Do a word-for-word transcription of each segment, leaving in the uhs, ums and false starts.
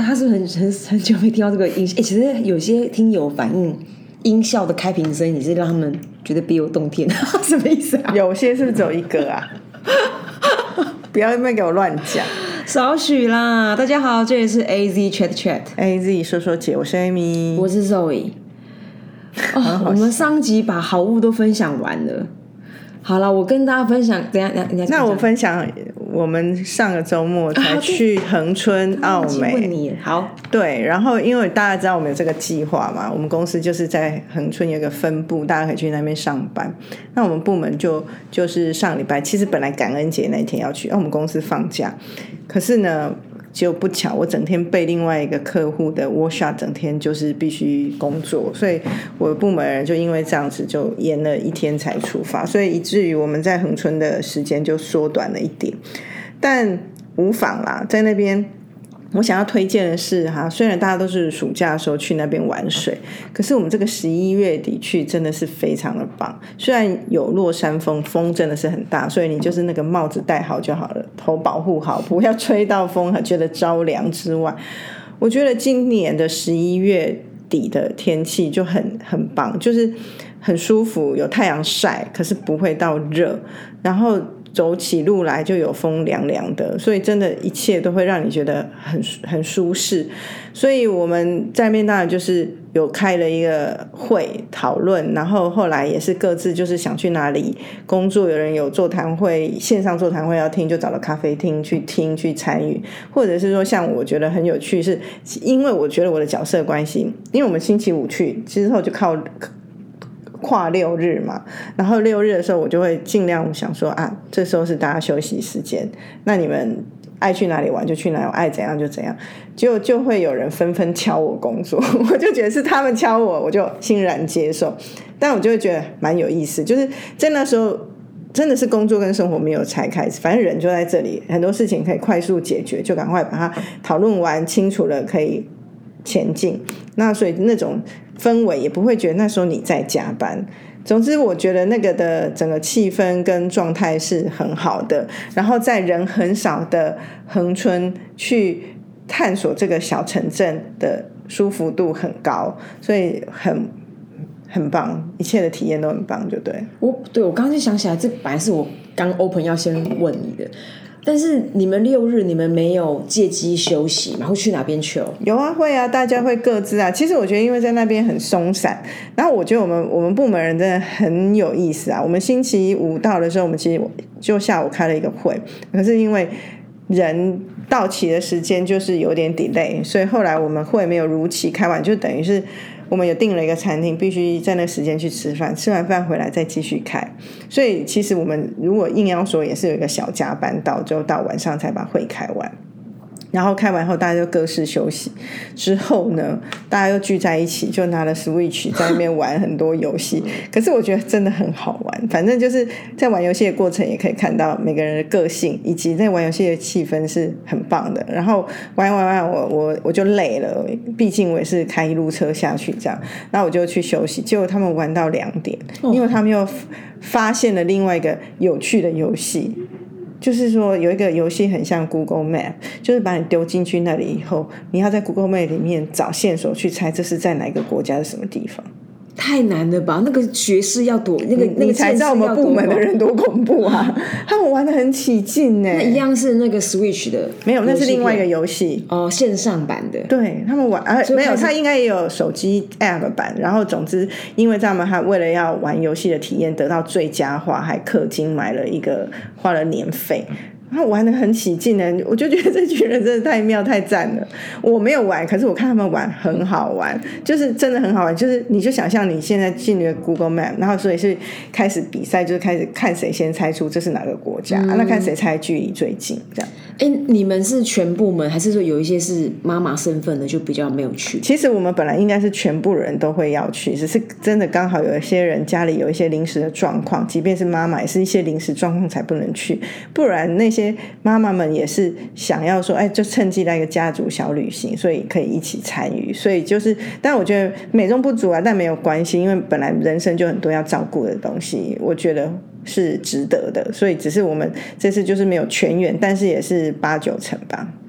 大家是很很很久没听到这个音，哎，其实有些听友反映音效的开瓶声也是让他们觉得别有洞天，什么意思啊？ 有些是不是只有一个啊？不要那边给我乱讲。 少许啦，大家好，这里是 A Z Chat Chat，A Z 说说姐，我是 Amy， 我是 Zoe。哦，我们上集把好物都分享完了。好了，我跟大家分享，等一下，等一下， 那我分享我们上个周末才去恒春奥美。 问你好， 对，然后因为大家知道我们有这个计划嘛，我们公司就是在恒春有个分部，大家可以去那边上班。那我们部门就就是上礼拜，其实本来感恩节那一天要去，因为我们公司放假，可是呢。就不巧，我整天被另外一个客户的 workshop 整天就是必须工作，所以我的部门人就因为这样子就延了一天才出发，所以以至于我们在恒春的时间就缩短了一点，但无妨啦，在那边。我想要推荐的是哈，虽然大家都是暑假的时候去那边玩水，可是我们这个十一月底去真的是非常的棒。虽然有落山风，风真的是很大，所以你就是那个帽子戴好就好了，头保护好，不要吹到风觉得着凉之外，我觉得今年的十一月底的天气就很很棒，就是很舒服，有太阳晒，可是不会到热，然后走起路来就有风凉凉的，所以真的一切都会让你觉得很很舒适。所以我们在那边当然就是有开了一个会讨论，然后后来也是各自就是想去哪里工作，有人有座谈会，线上座谈会要听就找了咖啡厅去听去参与，或者是说像我觉得很有趣，是因为我觉得我的角色关系，因为我们星期五去之后就靠跨六日嘛，然后六日的时候我就会尽量想说啊，这时候是大家休息时间，那你们爱去哪里玩就去哪里，爱怎样就怎样，就就会有人纷纷敲我工作，我就觉得是他们敲我，我就欣然接受，但我就会觉得蛮有意思，就是在那时候真的是工作跟生活没有拆开，反正人就在这里，很多事情可以快速解决，就赶快把它讨论完清楚了可以前进，那所以那种氛围也不会觉得那时候你在加班。总之我觉得那个的整个气氛跟状态是很好的，然后在人很少的恒春去探索这个小城镇的舒服度很高，所以很很棒，一切的体验都很棒，就对。 我对我刚刚就想起来，这本来是我刚 open 要先问你的，但是你们六日你们没有借机休息吗？会去哪边去哦？ 有啊，会啊，大家会各自啊。其实我觉得因为在那边很松散，然后我觉得我们我们部门人真的很有意思啊。我们星期五到的时候，我们其实就下午开了一个会，可是因为人到齐的时间就是有点 delay， 所以后来我们会没有如期开完，就等于是我们有订了一个餐厅，必须在那个时间去吃饭，吃完饭回来再继续开。所以其实我们如果硬要说，也是有一个小加班到，就到晚上才把会开完。然后开完后大家就各自休息，之后呢大家又聚在一起，就拿了 Switch 在那边玩很多游戏可是我觉得真的很好玩，反正就是在玩游戏的过程也可以看到每个人的个性，以及在玩游戏的气氛是很棒的。然后玩玩玩我我我就累了，毕竟我也是开一路车下去这样，那我就去休息，结果他们玩到两点，因为他们又发现了另外一个有趣的游戏，就是说有一个游戏很像 Google Map， 就是把你丢进去那里以后，你要在 Google Map 里面找线索去猜这是在哪一个国家的什么地方。 太难了吧，那个学识要多那个那个你才知道我们部门的人多恐怖啊他们玩得很起劲耶。 那一样是那个 Switch 的？ 没有，那是另外一个游戏哦，线上版的。 对，他们玩、啊、没有，他应该也有手机 App 版，然后总之因为他们还为了要玩游戏的体验得到最佳化，还氪金买了一个花了年费，然后玩得很起劲的，我就觉得这群人真的太妙太赞了。我没有玩，可是我看他们玩很好玩，就是真的很好玩，就是你就想象你现在进了 Google Map， 然后所以是开始比赛，就是开始看谁先猜出这是哪个国家、嗯啊、那看谁猜距离最近这样。 哎，你们是全部门还是说有一些是妈妈身份的就比较没有去？ 其实我们本来应该是全部人都会要去，只是真的刚好有一些人家里有一些临时的状况，即便是妈妈也是一些临时状况才不能去，不然那些妈妈们也是想要说哎，就趁机来一个家族小旅行，所以可以一起参与。所以就是但我觉得美中不足啊，但没有关系，因为本来人生就很多要照顾的东西，我觉得是值得的，所以只是我们这次就是没有全员，但是也是八九成吧。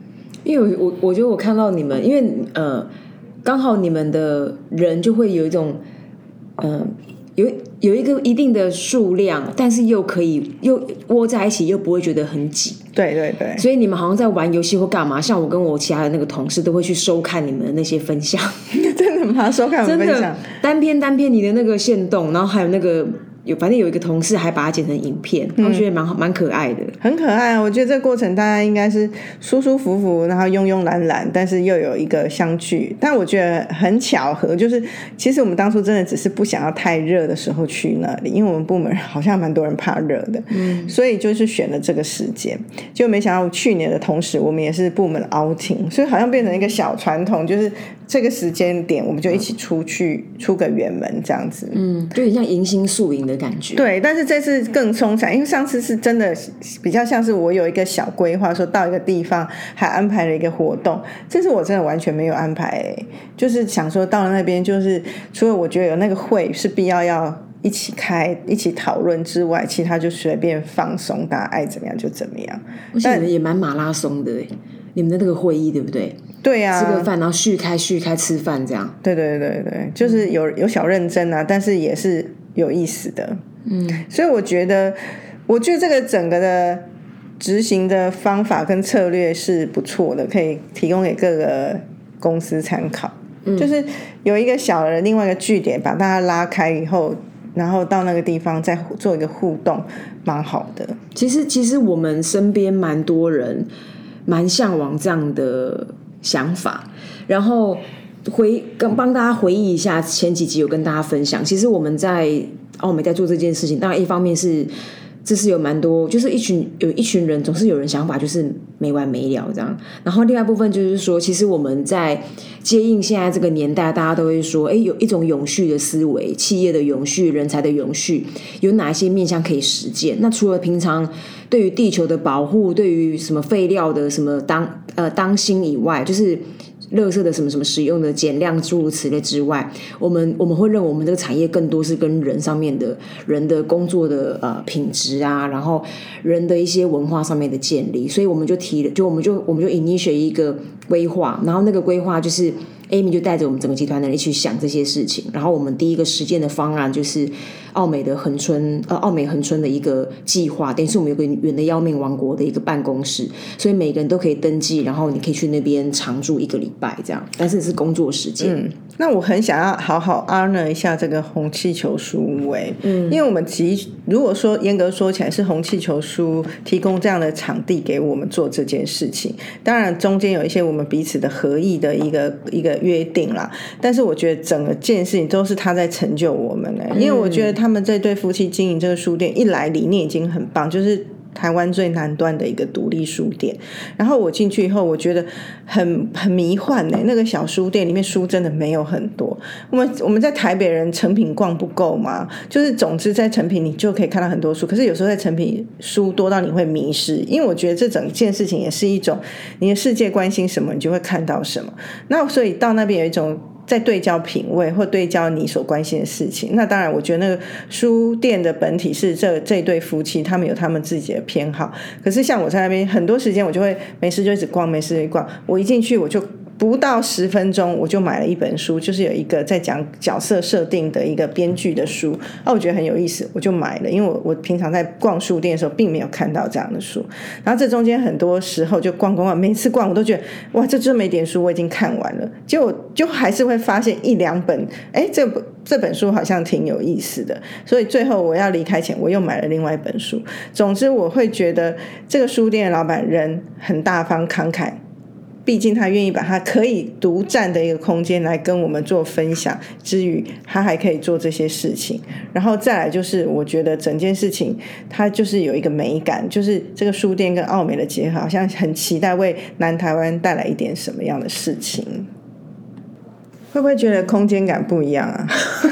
因为我我觉得我看到你们，因为呃，刚好你们的人就会有一种，呃，有有一个一定的数量，但是又可以又窝在一起，又不会觉得很挤。 对对对， 所以你们好像在玩游戏或干嘛？像我跟我其他的那个同事都会去收看你们的那些分享。 真的吗？收看我们分享， 真的单篇单篇你的那个限动，然后还有那个。有，反正有一个同事还把它剪成影片，我觉得蛮蛮可爱的， 很可爱。我觉得这个过程大家应该是舒舒服服，然后慵慵懒懒，但是又有一个相聚。但我觉得很巧合，就是其实我们当初真的只是不想要太热的时候去那里，因为我们部门好像蛮多人怕热的，嗯，所以就是选了这个时间。就没想到去年的同时，我们也是部门的 outing， 所以好像变成一个小传统，就是这个时间点我们就一起出去出个远门这样子， 嗯，就很像迎新宿营的感觉。 对，但是这次更松散，因为上次是真的比较像是我有一个小规划，说到一个地方还安排了一个活动，这次我真的完全没有安排、欸、就是想说到了那边，就是除了我觉得有那个会是必要要一起开一起讨论之外，其他就随便放松，大家爱怎么样就怎么样。 而且你们也蛮马拉松的、欸、你们的那个会议对不对？ 对啊， 吃个饭然后续开续开吃饭这样。 对对对对，就是有有小认真啊，但是也是有意思的。嗯，所以我觉得，我觉得这个整个的执行的方法跟策略是不错的，可以提供给各个公司参考。嗯，就是有一个小的另外一个据点，把大家拉开以后，然后到那个地方再做一个互动，蛮好的。 其实，其实我们身边蛮多人蛮向往这样的想法，然后回跟帮大家回忆一下前几集有跟大家分享，其实我们在澳美在做这件事情，当然一方面是这是有蛮多，就是一群有一群人总是有人想法就是没完没了这样，然后另外一部分就是说，其实我们在接应现在这个年代，大家都会说，哎，有一种永续的思维，企业的永续，人才的永续，有哪一些面向可以实践？那除了平常对于地球的保护，对于什么废料的什么当呃当心以外，就是垃圾的什么什么使用的减量诸如此类之外，我们我们会认为我们这个产业更多是跟人上面的人的工作的呃品质啊，然后人的一些文化上面的建立，所以我们就提了，就我们就我们就 initiate 一个规划，然后那个规划就是 Amy 就带着我们整个集团的人一起想这些事情，然后我们第一个实践的方案就是澳美的恒春呃澳美恒春的一个计划，等于是我们有个远的要命王国的一个办公室，所以每个人都可以登记，然后你可以去那边常住一个礼拜这样，但是是工作时间。嗯， 那我很想要好好 honor 一下这个红气球书屋，嗯，因为我们其如果说严格说起来是红气球书提供这样的场地给我们做这件事情，当然中间有一些我们彼此的合意的一个一个约定啦，但是我觉得整个件事情都是他在成就我们的，因为我觉得他们这对夫妻经营这个书店，一来理念已经很棒，就是台湾最南端的一个独立书店，然后我进去以后我觉得很很迷幻耶，那个小书店里面书真的没有很多，我们我们在台北人成品逛不够嘛，就是总之在成品你就可以看到很多书，可是有时候在成品书多到你会迷失，因为我觉得这整件事情也是一种你的世界关心什么你就会看到什么，那所以到那边有一种在对焦品味或对焦你所关心的事情，那当然我觉得那个书店的本体是这这对夫妻他们有他们自己的偏好，可是像我在那边很多时间我就会没事就一直逛没事就逛，我一进去我就不到十分钟我就买了一本书，就是有一个在讲角色设定的一个编剧的书啊，我觉得很有意思我就买了，因为我我平常在逛书店的时候并没有看到这样的书，然后这中间很多时候就逛逛逛，每次逛我都觉得哇这这么一点书我已经看完了，结果就还是会发现一两本哎这本这本书好像挺有意思的，所以最后我要离开前我又买了另外一本书，总之我会觉得这个书店的老板人很大方慷慨，毕竟他愿意把他可以独占的一个空间来跟我们做分享之余他还可以做这些事情，然后再来就是我觉得整件事情它就是有一个美感，就是这个书店跟澳美的结合好像很期待为南台湾带来一点什么样的事情，会不会觉得空间感不一样啊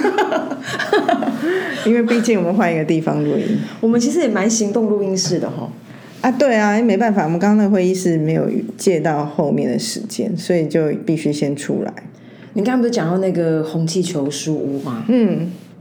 因为毕竟我们换一个地方录音， 我们其实也蛮行动录音室的齁啊，对啊，没办法，我们刚刚那个会议室没有借到后面的时间，所以就必须先出来。 你刚刚不是讲到那个红气球书屋吗？ 嗯，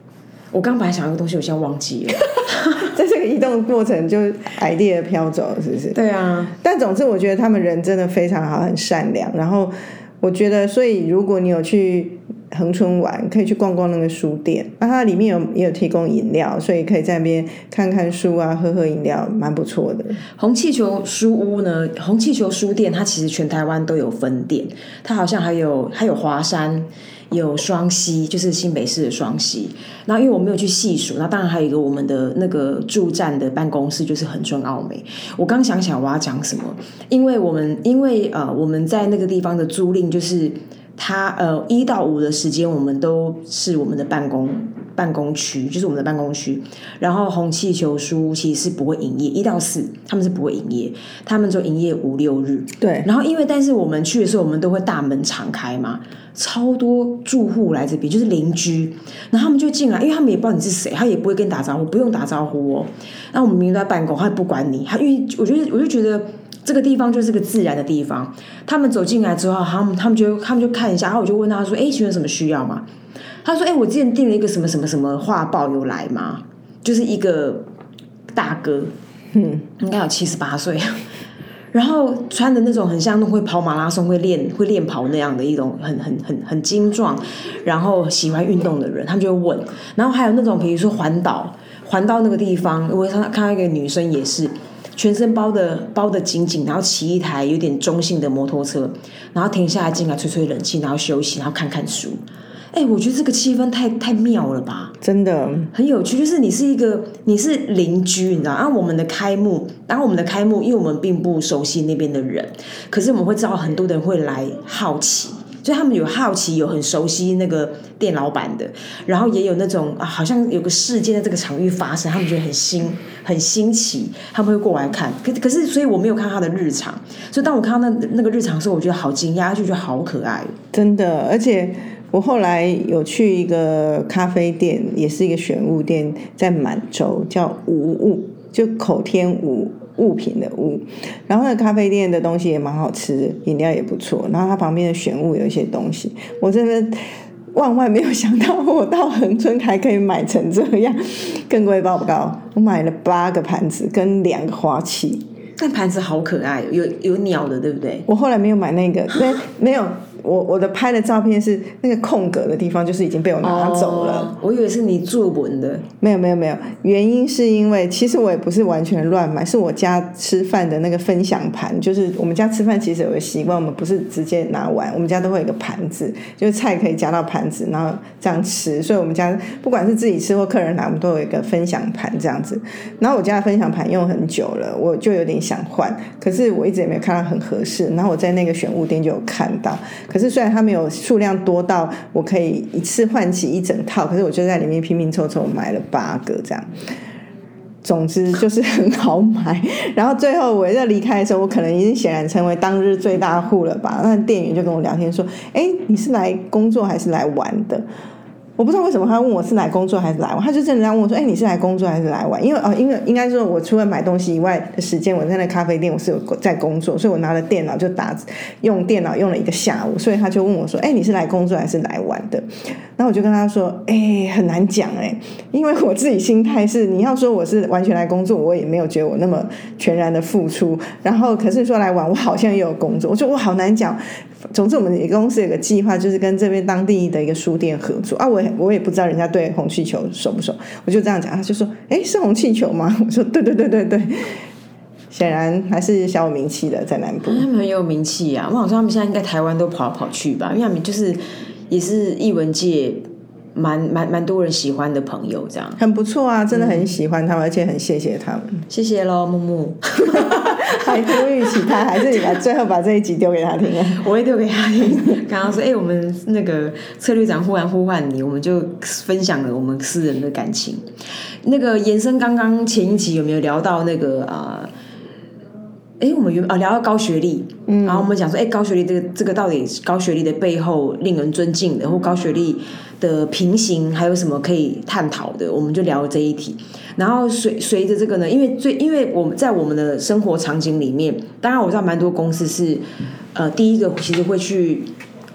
我刚本来想一个东西，我现在忘记了。 在这个移动过程就 idea 飘走了，是不是？ 对啊。 但总之我觉得他们人真的非常好，很善良。然后我觉得，所以如果你有去恒春玩，可以去逛逛那个书店，那它里面有也有提供饮料，所以可以在那边看看书啊，喝喝饮料，蛮不错的。 红气球书屋呢，红气球书店它其实全台湾都有分店，它好像还有还有华山，有双溪，就是新北市的双溪。然后因为我没有去细数，那当然还有一个我们的那个驻站的办公室，就是恒春奥美。我刚想起来我要讲什么，因为我们因为呃我们在那个地方的租赁就是。它呃一到五的时间，我们都是我们的办公办公区，就是我们的办公区。然后红气球书其实是不会营业，一到四他们是不会营业，他们就营业五六日。 对。 然后因为但是我们去的时候，我们都会大门敞开嘛，超多住户来这边，就是邻居，然后他们就进来，因为他们也不知道你是谁，他也不会跟你打招呼，不用打招呼哦。那我们明明都在办公，他也不管你，他因为我觉得我就觉得。这个地方就是个自然的地方，他们走进来之后，他们他们就他们就看一下，然后我就问他说：“哎，请问有什么需要吗？”他说：“哎，我之前订了一个什么什么什么画报，有来吗？”就是一个大哥，嗯，应该有七十八岁，然后穿的那种很像那种会跑马拉松、会练会练跑那样的一种很很很很精壮，然后喜欢运动的人，他们就会问。然后还有那种比如说环岛，环到那个地方，我看到一个女生也是。全身包的包的紧紧，然后骑一台有点中性的摩托车，然后停下来进来吹吹冷气，然后休息，然后看看书。哎，我觉得这个气氛太太妙了吧， 真的很有趣。就是你是一个你是邻居，你知道，然后我们的开幕，然后我们的开幕，因为我们并不熟悉那边的人，可是我们会知道很多人会来好奇。所以他们有好奇，有很熟悉那个店老板的，然后也有那种、啊、好像有个事件在这个场域发生，他们觉得很新很新奇，他们会过来看。可可是，所以我没有看他的日常，所以当我看到那那个日常的时候，我觉得好惊讶，就觉得好可爱， 真的。而且我后来有去一个咖啡店，也是一个选物店，在满洲，叫无物，就口天无。物品的物，然后那个咖啡店的东西也蛮好吃，饮料也不错，然后它旁边的选物有一些东西，我真的万万没有想到我到恒春还可以买成这样。更贵报告，我买了八个盘子跟两个花器。 但盘子好可爱，有有鸟的，对不对？ 我后来没有买那个，没没有。我我的拍的照片是那个空格的地方，就是已经被我拿走了。 哦、我以为是你作文的。 没有没有没有，原因是因为其实我也不是完全乱买，是我家吃饭的那个分享盘，就是我们家吃饭其实有个习惯，我们不是直接拿碗，我们家都会有一个盘子，就是菜可以夹到盘子，然后这样吃。所以我们家不管是自己吃或客人来，我们都有一个分享盘这样子。然后我家的分享盘用很久了，我就有点想换，可是我一直也没有看到很合适。然后我在那个选物店就有看到。可是虽然它没有数量多到我可以一次换起一整套，可是我就在里面拼拼凑凑买了八个这样。总之就是很好买。然后最后我要离开的时候，我可能已经显然成为当日最大户了吧。那店员就跟我聊天说：“哎，你是来工作还是来玩的？”我不知道为什么他问我是来工作还是来玩，他就真的在问我说：“哎，你是来工作还是来玩？”因为哦，因为应该说，我除了买东西以外的时间，我在那咖啡店我是有在工作，所以我拿了电脑就打用电脑用了一个下午，所以他就问我说：“哎，你是来工作还是来玩的？”然后我就跟他说：“哎，很难讲哎，因为我自己心态是，你要说我是完全来工作，我也没有觉得我那么全然的付出，然后可是说来玩，我好像也有工作，我说我好难讲。”总之我们公司有个计划，就是跟这边当地的一个书店合作啊，我也我也不知道人家对红气球熟不熟，我就这样讲，他就说：“哎，是红气球吗？”我说：“对对对对对。”显然还是小有名气的，在南部。 他们很有名气啊，我好像他们现在应该台湾都跑来跑去吧，因为他们就是也是艺文界蛮蛮蛮多人喜欢的朋友，这样很不错啊，真的很喜欢他们，嗯、而且很谢谢他们。 谢谢咯，木木。 还呼吁其他，还是你把最后把这一集丢给他听啊？ 我会丢给他听。刚刚说，哎、欸，我们那个策略长忽然呼唤你，我们就分享了我们私人的感情。那个延伸刚刚前一集有没有聊到那个啊？哎、呃，我们原啊聊到高学历，嗯，然后我们讲说，哎、欸，高学历这个这个到底高学历的背后令人尊敬的，或高学历的平行还有什么可以探讨的？我们就聊了这一题。然后随随着这个呢，因为最因为我们在我们的生活场景里面，当然我知道蛮多公司是，呃，第一个其实会去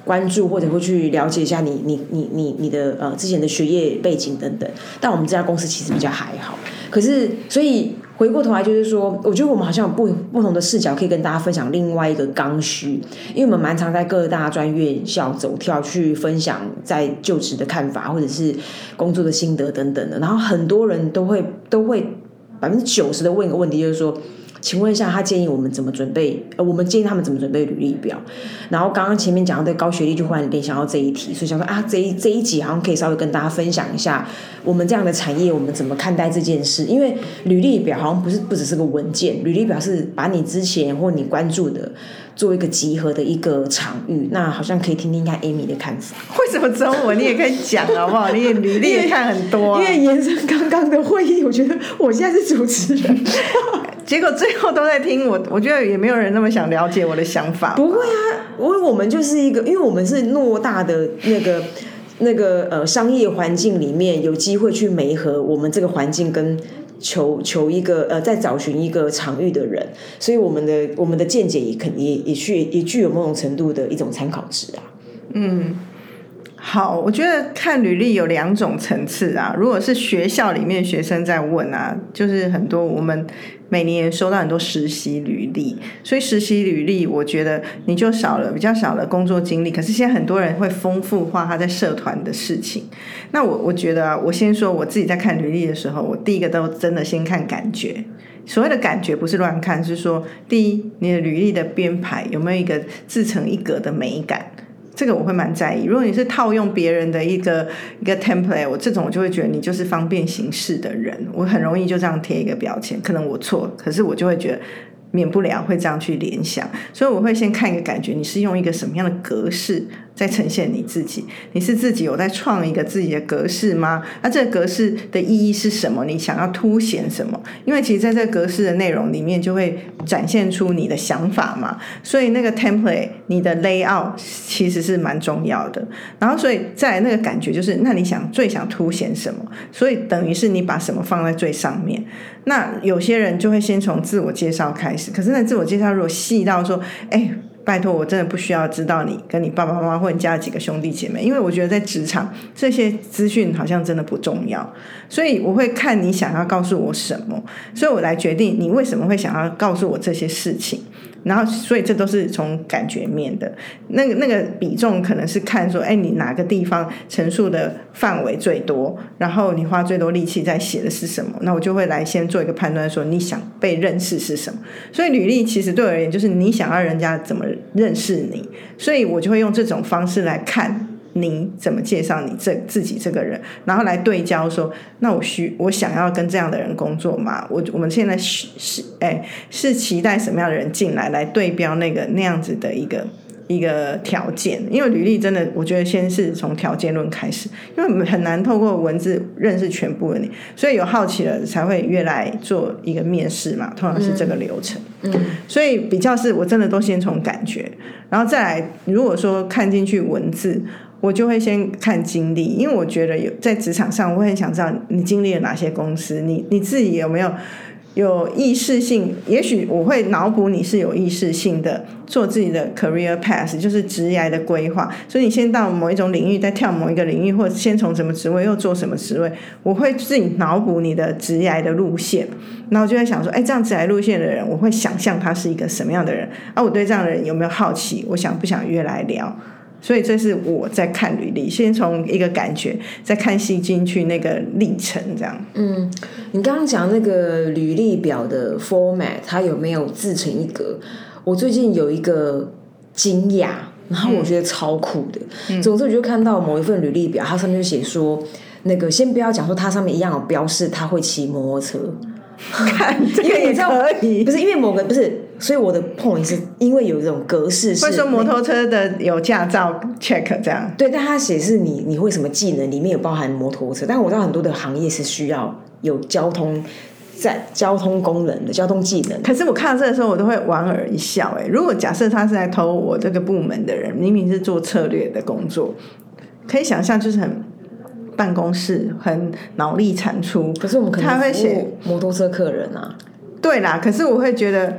关注或者会去了解一下你你你你你的呃之前的学业背景等等。但我们这家公司其实比较还好，可是所以回过头来就是说，我觉得我们好像有不不同的视角可以跟大家分享另外一个刚需，因为我们蛮常在各大专院校走跳去分享在就职的看法或者是工作的心得等等的，然后很多人都会都会百分之九十的问一个问题，就是说。请问一下，他建议我们怎么准备？呃，我们建议他们怎么准备履历表？然后刚刚前面讲到的高学历，就忽然联想到这一题，所以想说啊，这一这一集好像可以稍微跟大家分享一下，我们这样的产业，我们怎么看待这件事？因为履历表好像不是不只是个文件，履历表是把你之前或你关注的做一个集合的一个场域。那好像可以听听看 Amy 的看法。 为什么只有我？你也可以讲好不好？你也履历也看很多、啊， 因为延伸刚刚的会议，我觉得我现在是主持人。 结果最后都在听我，我觉得也没有人那么想了解我的想法。 不会啊，因为我们就是一个，因为我们是偌大的那个那个呃商业环境里面，有机会去媒合我们这个环境跟求求一个呃在找寻一个场域的人，所以我们的我们的见解也肯也也具也具有某种程度的一种参考值啊。 嗯。好，我觉得看履历有两种层次啊。如果是学校里面学生在问啊，就是很多我们每年收到很多实习履历，所以实习履历我觉得你就少了比较少了工作经历，可是现在很多人会丰富化他在社团的事情。那我我觉得啊，我先说我自己在看履历的时候，我第一个都真的先看感觉。所谓的感觉不是乱看，是说第一，你的履历的编排有没有一个自成一格的美感，这个我会蛮在意。如果你是套用别人的一个一个 template， 我这种我就会觉得你就是方便行事的人，我很容易就这样贴一个标签，可能我错，可是我就会觉得免不了会这样去联想，所以我会先看一个感觉，你是用一个什么样的格式在呈现你自己，你是自己有在创一个自己的格式吗？那这个格式的意义是什么？你想要凸显什么？因为其实在这个格式的内容里面就会展现出你的想法嘛，所以那个 template 你的 layout 其实是蛮重要的。然后所以再来那个感觉就是那你想最想凸显什么，所以等于是你把什么放在最上面。那有些人就会先从自我介绍开始，可是那自我介绍如果细到说哎拜托我真的不需要知道你跟你爸爸妈妈或你家的几个兄弟姐妹，因为我觉得在职场这些资讯好像真的不重要，所以我会看你想要告诉我什么，所以我来决定你为什么会想要告诉我这些事情。然后所以这都是从感觉面的，那个那个比重可能是看说哎，你哪个地方陈述的范围最多，然后你花最多力气在写的是什么，那我就会来先做一个判断说你想被认识是什么。所以履历其实对我而言就是你想要人家怎么认识你，所以我就会用这种方式来看你怎么介绍你这自己这个人，然后来对焦说那我需我想要跟这样的人工作吗？我我们现在是是哎是期待什么样的人进来，来对标那个那样子的一个一个条件。因为履历真的我觉得先是从条件论开始，因为很难透过文字认识全部的你，所以有好奇了才会越来做一个面试嘛，通常是这个流程。嗯，所以比较是我真的都先从感觉，然后再来如果说看进去文字，我就会先看经历，因为我觉得有在职场上我会很想知道你经历了哪些公司，你你自己有没有有意识性，也许我会脑补你是有意识性的做自己的 career path， 就是职业的规划，所以你先到某一种领域再跳某一个领域，或者先从什么职位又做什么职位，我会自己脑补你的职业的路线，然后就会想说哎，这样职业路线的人我会想象他是一个什么样的人啊，我对这样的人有没有好奇，我想不想约来聊。所以这是我在看履历，先从一个感觉再看细进去那个历程这样。 嗯，你刚刚讲那个履历表的 format 它有没有自成一格，我最近有一个惊讶，然后我觉得超酷的、嗯、总之我就看到某一份履历表，它上面就写说那个先不要讲说它上面一样有标示他会骑摩托车， 看这个也可以， 不是因为某个不是，所以我的 point 是因为有这种格式是会说摩托车的有驾照 check 这样， 对，但他写是你你会什么技能，里面有包含摩托车，但我知道很多的行业是需要有交通在交通功能的交通技能。 可是我看到这个时候我都会莞尔一笑、欸、如果假设他是在偷我这个部门的人，明明是做策略的工作，可以想象就是很办公室很脑力产出， 可是我们可能服务摩托车客人啊。 对啦，可是我会觉得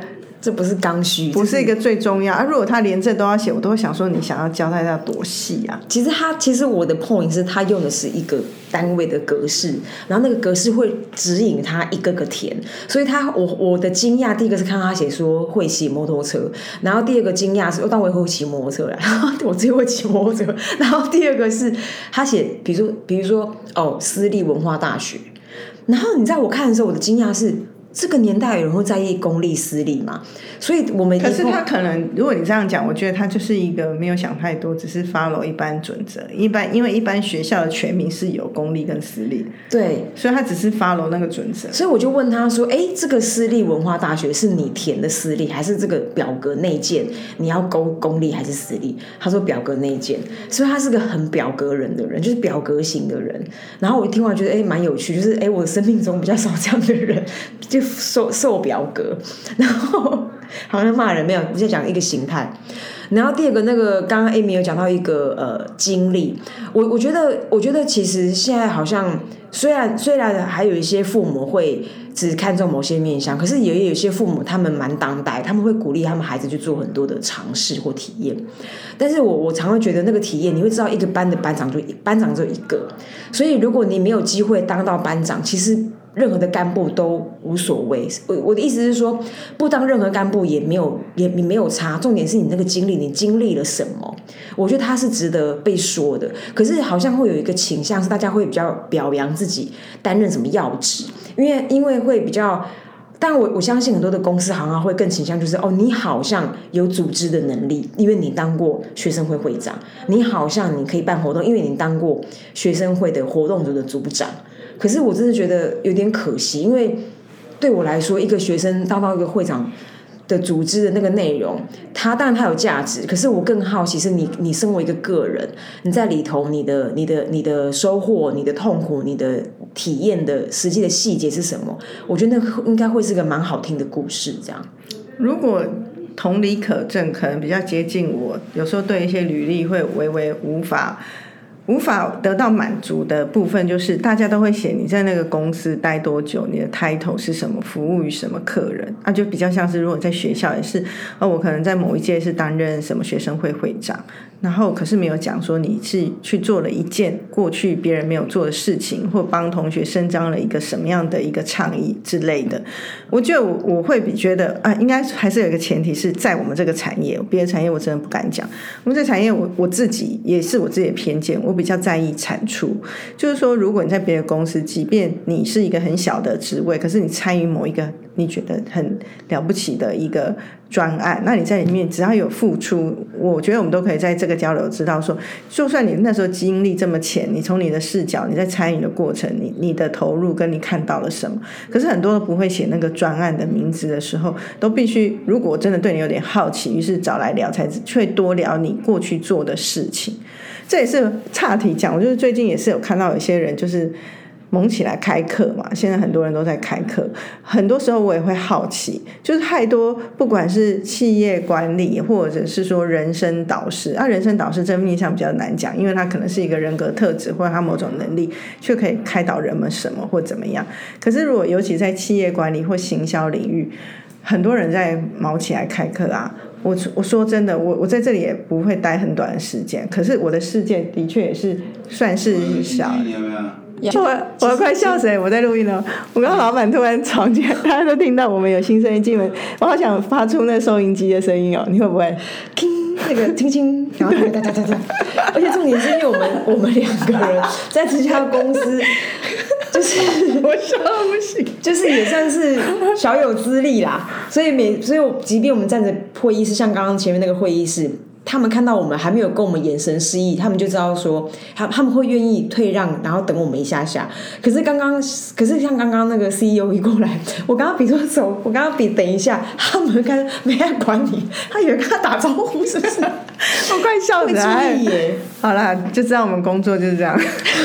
这不是刚需， 不是一个最重要啊。如果他连这都要写，我都会想说你想要交代到多细啊。 其实他其实我的 point 是他用的是一个单位的格式，然后那个格式会指引他一个个填，所以他我我的惊讶第一个是看到他写说会骑摩托车，然后第二个惊讶是但我也会骑摩托车啦，然后我只会骑摩托车，然后第二个是他写比如说比如说哦私立文化大学，然后你在我看的时候我的惊讶是这个年代有人会在意公立私立吗？所以我们可是他可能如果你这样讲，我觉得他就是一个没有想太多，只是 follow 一般准则，一般因为一般学校的全名是有公立跟私立， 对， 所以他只是 follow 那个准则。 所以我就问他说哎，这个私立文化大学是你填的私立还是这个表格内建你要勾公立还是私立？他说表格内建，所以他是个很表格人的人，就是表格型的人。然后我一听完觉得哎蛮有趣，就是哎我的生命中比较少这样的人，就受受表格，然后好像骂人没有，我在讲一个形态。然后第二个那个刚刚 Amy 有讲到一个呃经历，我我觉得我觉得其实现在好像虽然虽然还有一些父母会只看重某些面向，可是也有一些父母他们蛮当代，他们会鼓励他们孩子去做很多的尝试或体验。但是我我常会觉得那个体验，你会知道一个班的班长就班长就一个，所以如果你没有机会当到班长，其实任何的干部都无所谓。我的意思是说，不当任何干部也没有也没有差，重点是你那个经历，你经历了什么？我觉得它是值得被说的。可是好像会有一个倾向是，大家会比较表扬自己担任什么要职，因为因为会比较。但我我相信很多的公司行号会更倾向就是哦，你好像有组织的能力，因为你当过学生会会长；你好像你可以办活动，因为你当过学生会的活动组的组长。可是我真的觉得有点可惜，因为对我来说，一个学生当到一个会长的组织的那个内容，它当然它有价值，可是我更好奇是你你身为一个个人，你在里头你的你的你的收获、你的痛苦、你的体验的实际的细节是什么？我觉得那应该会是个蛮好听的故事。这样， 如果同理可证，可能比较接近我，有时候对一些履历会微微无法。无法得到满足的部分就是大家都会写你在那个公司待多久，你的 title 是什么，服务于什么客人啊，就比较像是如果在学校也是、哦、我可能在某一届是担任什么学生会会长，然后可是没有讲说你是去做了一件过去别人没有做的事情，或帮同学伸张了一个什么样的一个倡议之类的。我觉得 我, 我会比觉得啊，应该还是有一个前提是在我们这个产业，别的产业我真的不敢讲。我们这个产业我我自己也是我自己的偏见，我比较在意产出，就是说如果你在别的公司，即便你是一个很小的职位，可是你参与某一个你觉得很了不起的一个专案，那你在里面只要有付出，我觉得我们都可以在这个交流知道说，就算你那时候经历这么浅，你从你的视角，你在参与的过程，你你的投入跟你看到了什么，可是很多都不会写那个专案的名字的时候，都必须如果真的对你有点好奇，于是找来聊，才会多聊你过去做的事情。这也是岔题讲，我就是最近也是有看到有些人就是猛起来开课嘛，现在很多人都在开课，很多时候我也会好奇，就是太多不管是企业管理或者是说人生导师啊，人生导师这面向比较难讲，因为他可能是一个人格特质或者他某种能力却可以开导人们什么或怎么样。可是如果尤其在企业管理或行销领域，很多人在毛起来开课啊，我我说真的，我我在这里也不会待很短的时间，可是我的世界的确也是算是小。我我快笑死了！我在录音了，我跟老板突然吵起来，大家都听到我们有新声音进门，我好想发出那收音机的声音哦，你会不会？ 那个轻轻，然后哒哒哒哒，而且重点是因为我们我们两个人在这家公司，就是我笑到不行， 就是也算是小有资历啦，所以每所以即便我们站着会议室，像刚刚前面那个会议室。他们看到我们还没有跟我们眼神示意，他们就知道说他他们会愿意退让，然后等我们一下下。可是刚刚，可是像刚刚那个 C E O 一过来，我刚刚比说走，我刚刚比等一下，他们看没人管你，他以为跟他打招呼是不是？ 我快笑死了！ 会注意耶。 好啦，就知道我们工作就是这样。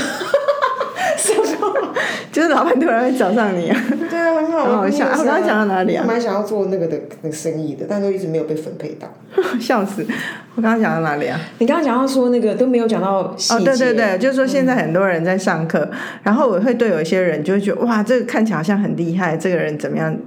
就是老板突然会找上你啊， 对啊，很好， 很好笑。啊、我刚刚讲到哪里啊？ 我蛮想要做那个的那个生意的，但都一直没有被分配到。 笑死！我刚刚讲到哪里啊？ 你刚刚讲到说那个都没有讲到细节。 哦，对对对，就是说现在很多人在上课，嗯、然后我会对有一些人就会觉得哇，这个看起来好像很厉害，这个人怎么样？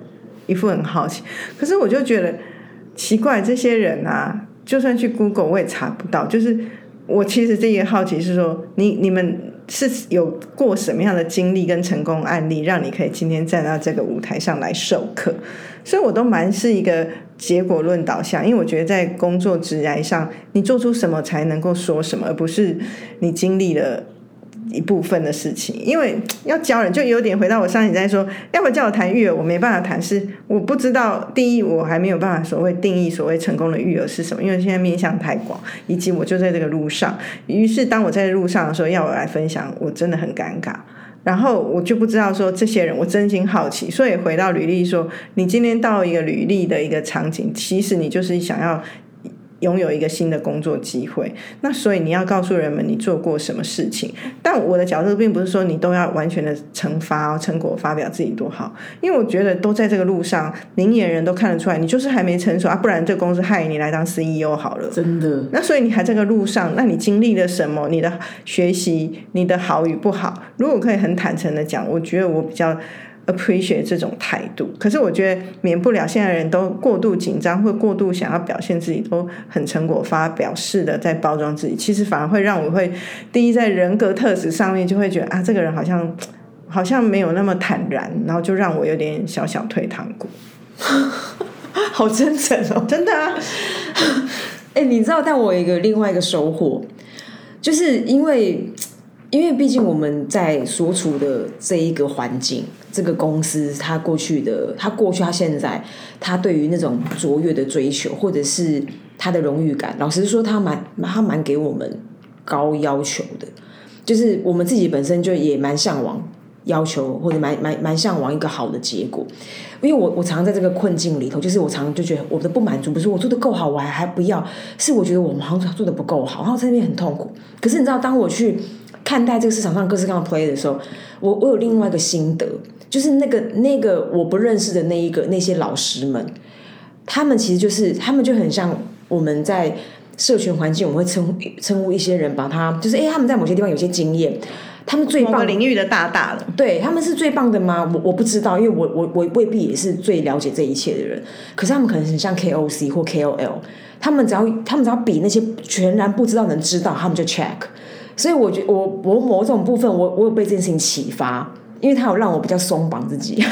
一副很好奇。可是我就觉得奇怪，这些人啊，就算去 Google 我也查不到。就是我其实这个好奇是说，你你们是有过什么样的经历跟成功案例，让你可以今天站到这个舞台上来授课？所以我都蛮是一个结果论导向，因为我觉得在工作职涯上，你做出什么才能够说什么，而不是你经历了一部分的事情。因为要教人，就有点回到我上一集在说，要不要叫我谈育儿，我没办法谈，是我不知道。第一，我还没有办法所谓定义所谓成功的育儿是什么，因为现在面向太广，以及我就在这个路上。于是当我在路上的时候，要我来分享，我真的很尴尬。然后我就不知道说这些人，我真心好奇，所以回到履历说，你今天到一个履历的一个场景，其实你就是想要拥有一个新的工作机会，那所以你要告诉人们你做过什么事情。但我的角度并不是说你都要完全的惩罚成果发表自己多好，因为我觉得都在这个路上，明眼人都看得出来你就是还没成熟啊，不然这个公司害你来当 C E O 好了， 真的。 那所以你还在这个路上，那你经历了什么，你的学习，你的好与不好，如果可以很坦诚的讲，我觉得我比较appreciate 这种态度。可是我觉得免不了现在人都过度紧张或过度想要表现自己，都很成果发表式的在包装自己，其实反而会让我会第一在人格特质上面就会觉得啊，这个人好像好像没有那么坦然，然后就让我有点小小退堂鼓。 好真诚哦， 真的啊。 哎、欸，你知道，但我有一个另外一个收获，就是因为因为毕竟我们在所处的这一个环境，这个公司它过去的它过去它现在它对于那种卓越的追求，或者是它的荣誉感，老实说它蛮它蛮给我们高要求的，就是我们自己本身就也蛮向往要求，或者蛮蛮蛮向往一个好的结果。因为我我常常在这个困境里头，就是我常常就觉得我的不满足不是我做的够好我还还不要，是我觉得我们好像做的不够好，然后在那边很痛苦。可是你知道，当我去看待这个市场上各式各样的 play 的时候，我我有另外一个心得，就是那个那个我不认识的那一个那些老师们，他们其实就是他们就很像我们在社群环境，我们会称称呼一些人，把他就是哎、欸，他们在某些地方有些经验。他们最棒的某个领域的大大了， 对，他们是最棒的吗？我我不知道，因为我我我未必也是最了解这一切的人。可是他们可能很像 K O C 或 K O L， 他们只要他们只要比那些全然不知道能知道，他们就 check。所以我觉得我我某种部分我我有被这件事情启发，因为他有让我比较松绑自己。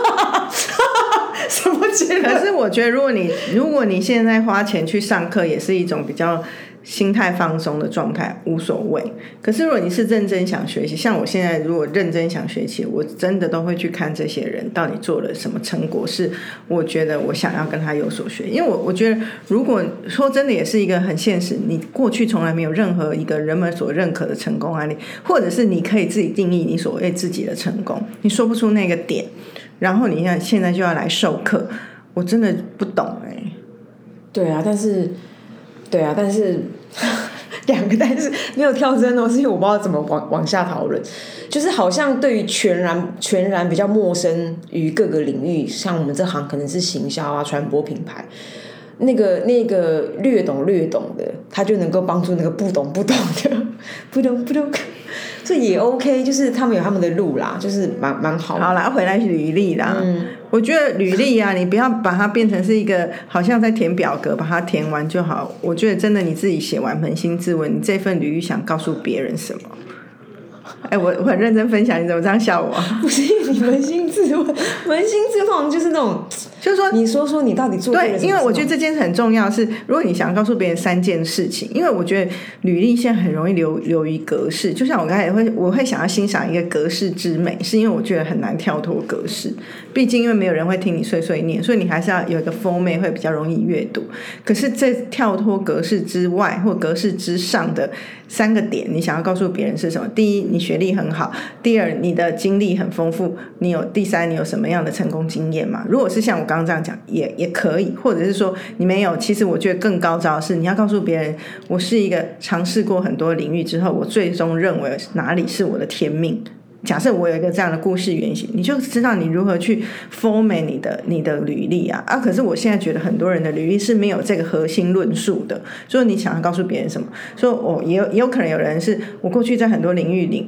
什么结论？ 可是我觉得，如果你如果你现在花钱去上课，也是一种比较心态放松的状态，无所谓。可是如果你是认真想学习，像我现在如果认真想学习，我真的都会去看这些人到底做了什么成果，是我觉得我想要跟他有所学。因为我我觉得，如果说真的也是一个很现实，你过去从来没有任何一个人们所认可的成功案例，或者是你可以自己定义你所谓自己的成功，你说不出那个点，然后你看现在就要来授课，我真的不懂哎、欸。 对啊，但是。对啊，但是两个但是没有跳针哦，是因为我不知道怎么往往下讨论。就是好像对于全然全然比较陌生于各个领域，像我们这行可能是行销啊、传播品牌，那个那个略懂略懂的，他就能够帮助那个不懂不懂的，不懂不懂。这也 OK， 就是他们有他们的路啦，就是蛮蛮好的。 好啦，回来履历啦。嗯，我觉得履历啊，你不要把它变成是一个好像在填表格，把它填完就好。我觉得真的你自己写完扪心自问，你这份履历想告诉别人什么？哎，我我很认真分享，你怎么这样笑我？ 不是你扪心自问，扪心自问就是那种， 就是说， 你说说你到底做对了什么？ 对，因为我觉得这件事很重要。是如果你想告诉别人三件事情，因为我觉得履历现在很容易流流于格式。就像我刚才也会，我会想要欣赏一个格式之美，是因为我觉得很难跳脱格式。毕竟因为没有人会听你碎碎念，所以你还是要有一个 format 会比较容易阅读。可是这跳脱格式之外或格式之上的三个点，你想要告诉别人是什么？第一，你学历很好；第二，你的经历很丰富；你有第三，你有什么样的成功经验嘛？如果是像我刚刚这样讲，也也可以，或者是说你没有。其实我觉得更高招的是，你要告诉别人，我是一个尝试过很多领域之后，我最终认为哪里是我的天命。假设我有一个这样的故事原型，你就知道你如何去 format 你的你的履历啊啊！可是我现在觉得很多人的履历是没有这个核心论述的，所以你想要告诉别人什么？说我、哦、也有也有可能有人是我过去在很多领域领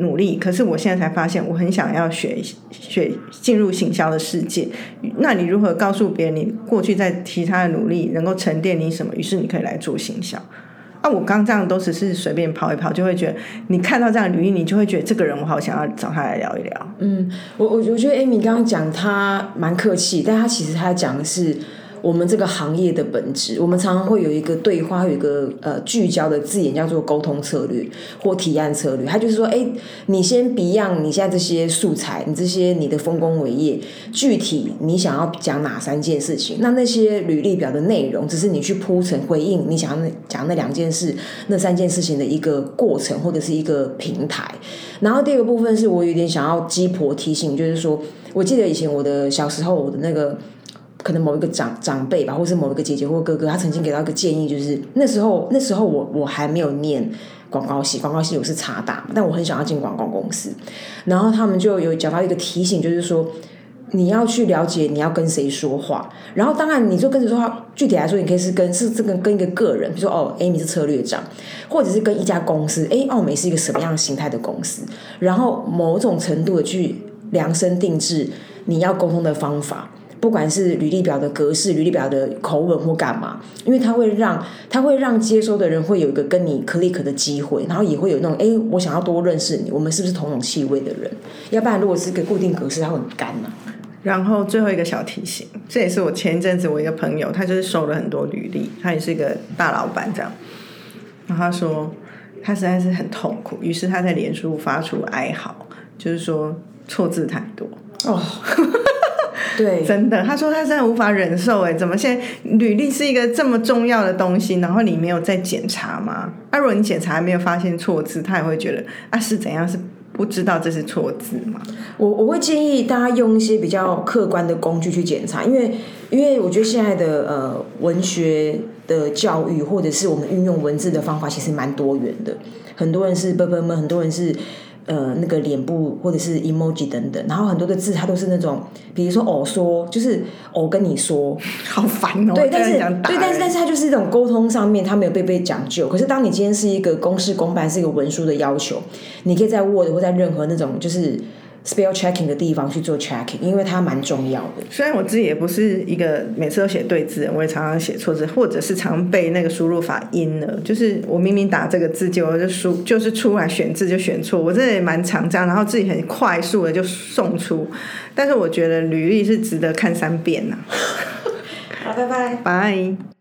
努力，可是我现在才发现我很想要学学进入行销的世界。那你如何告诉别人你过去在其他的努力能够沉淀你什么，于是你可以来做行销啊？我刚这样都只是随便跑一跑，就会觉得你看到这样的履历，你就会觉得这个人我好想要找他来聊一聊。 嗯，我我我觉得 Amy 刚刚讲他蛮客气，但他其实他讲的是我们这个行业的本质。我们常常会有一个对话，有一个呃聚焦的字眼叫做沟通策略或提案策略。他就是说，哎，你先 beyond 你现在这些素材，你这些你的丰功伟业，具体你想要讲哪三件事情？那那些履历表的内容，只是你去铺陈回应你想要讲那两件事、那三件事情的一个过程或者是一个平台。然后第二个部分是我有点想要鸡婆提醒，就是说，我记得以前我的小时候，我的那个。可能某一个长长辈吧，或是某一个姐姐或哥哥，他曾经给到一个建议，就是那时候那时候我我还没有念广告系，广告系我是插大，但我很想要进广告公司，然后他们就有讲到一个提醒，就是说你要去了解你要跟谁说话，然后当然你说跟谁说话，具体来说你可以是跟是这个跟一个个人，比如说哦 Amy 是策略长，或者是跟一家公司，哎奥美是一个什么样的形态的公司，然后某种程度的去量身定制你要沟通的方法。不管是履历表的格式、履历表的口吻或干嘛，因为它会让它会让接收的人会有一个跟你 click 的机会，然后也会有那种哎，我想要多认识你，我们是不是同种气味的人？要不然如果是个固定格式，它会很干啊。 然后最后一个小提醒，这也是我前一阵子我一个朋友，他就是收了很多履历，他也是一个大老板这样，然后他说他实在是很痛苦，于是他在脸书发出哀嚎，就是说错字太多哦。对， 真的，他说他真的无法忍受，哎，怎么现在履历是一个这么重要的东西，然后你没有在检查吗？啊，如果你检查还没有发现错字，他也会觉得啊是怎样，是不知道这是错字吗？ 我我会建议大家用一些比较客观的工具去检查，因为因为我觉得现在的呃文学的教育或者是我们运用文字的方法其实蛮多元的，很多人是 ㄅ ㄆ ㄇ， 很多人是。呃，那个脸部或者是 emoji 等等，然后很多的字它都是那种，比如说偶说，就是偶跟你说， 好烦哦。 对，但是对，但是但是它就是这种沟通上面，它没有被被讲究。可是当你今天是一个公事公办，是一个文书的要求，你可以在 Word 或在任何那种就是。spell checking 的地方去做 checking， 因为它蛮重要的。 虽然我自己也不是一个每次都写对字，我也常常写错字，或者是常背那个输入法音了，就是我明明打这个字，结果就输就是出来选字就选错，我真的也蛮常这样，然后自己很快速的就送出。但是我觉得履历是值得看三遍呐、啊。 好，拜拜， 拜。